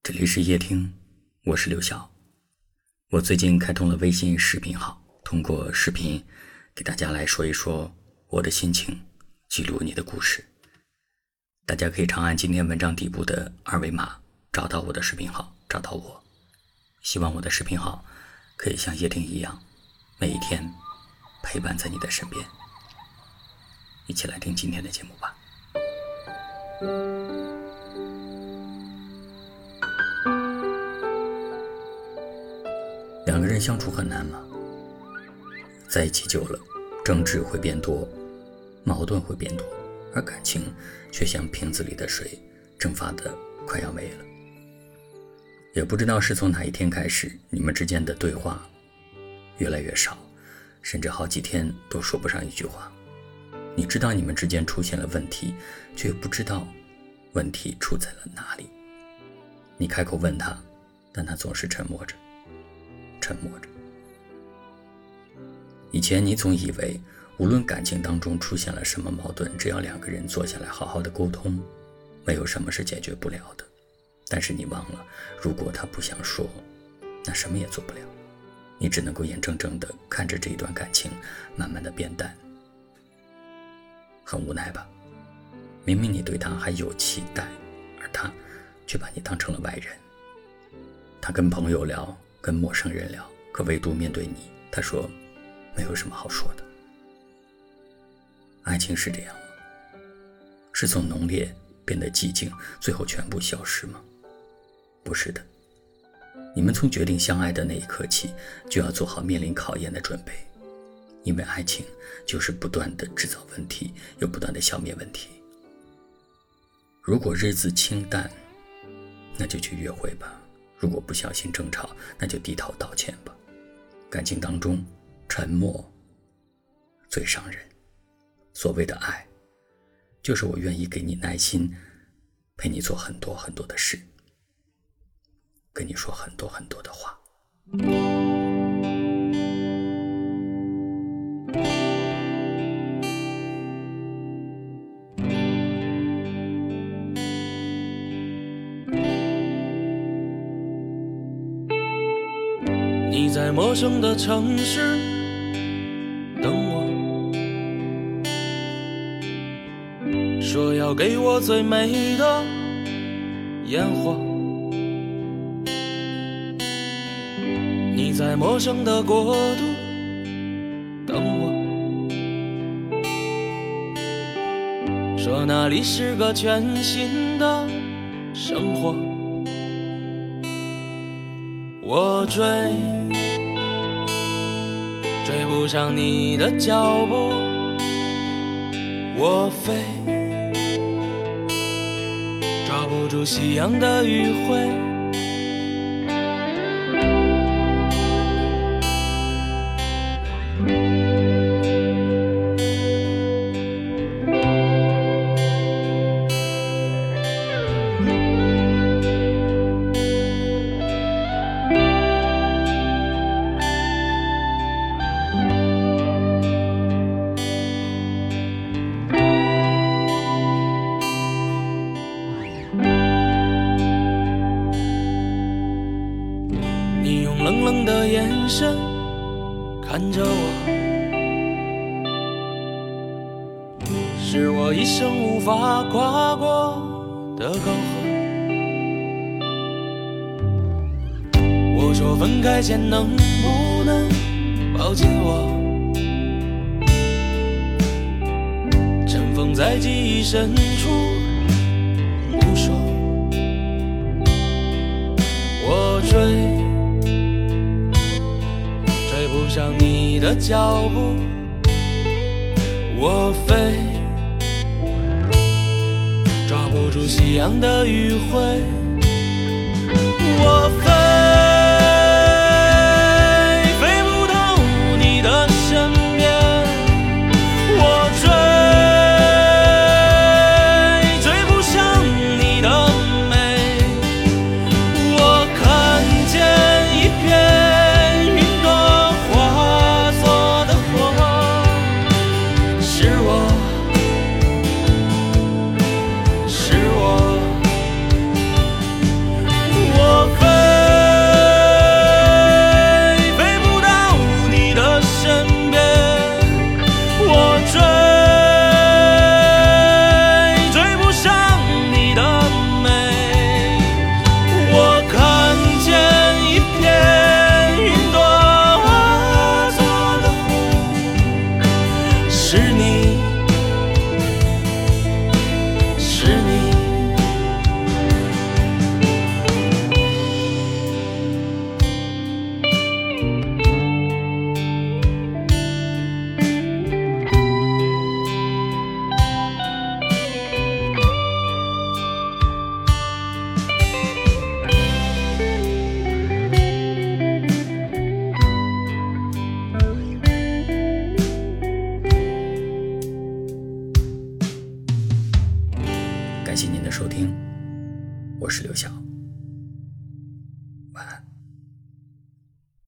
这里是夜听，我是刘晓。我最近开通了微信视频号，通过视频给大家来说一说我的心情，记录你的故事。大家可以长按今天文章底部的二维码，找到我的视频号，找到我。希望我的视频号可以像夜听一样，每一天陪伴在你的身边。一起来听今天的节目吧。两个人相处很难吗？在一起久了，争执会变多，矛盾会变多，而感情却像瓶子里的水，蒸发得快要没了。也不知道是从哪一天开始，你们之间的对话越来越少，甚至好几天都说不上一句话。你知道你们之间出现了问题，却不知道问题出在了哪里。你开口问他，但他总是沉默着。以前你总以为无论感情当中出现了什么矛盾，只要两个人坐下来好好的沟通，没有什么是解决不了的。但是你忘了，如果他不想说，那什么也做不了。你只能够眼睁睁地看着这一段感情慢慢的变淡。很无奈吧？明明你对他还有期待，而他却把你当成了外人。他跟朋友聊，跟陌生人聊，可唯独面对你，他说没有什么好说的。爱情是这样吗？是从浓烈变得寂静，最后全部消失吗？不是的，你们从决定相爱的那一刻起，就要做好面临考验的准备。因为爱情就是不断的制造问题，又不断的消灭问题。如果日子清淡，那就去约会吧。如果不小心争吵，那就低头道歉吧。感情当中，沉默最伤人。所谓的爱，就是我愿意给你耐心，陪你做很多很多的事，跟你说很多很多的话。 你在陌生的城市等我，说要给我最美的烟火。你在陌生的国度等我，说那里是个全新的生活。我追不上你的脚步，我飞抓不住夕阳的余晖。你用冷冷的眼神看着我，是我一生无法跨过的高河。我说分开前能不能抱紧我，尘封在记忆深处不说。我追不上你的脚步，我飞抓不住夕阳的余晖。我飞不到你的身边，我追不上你的美。我看见一片晚安。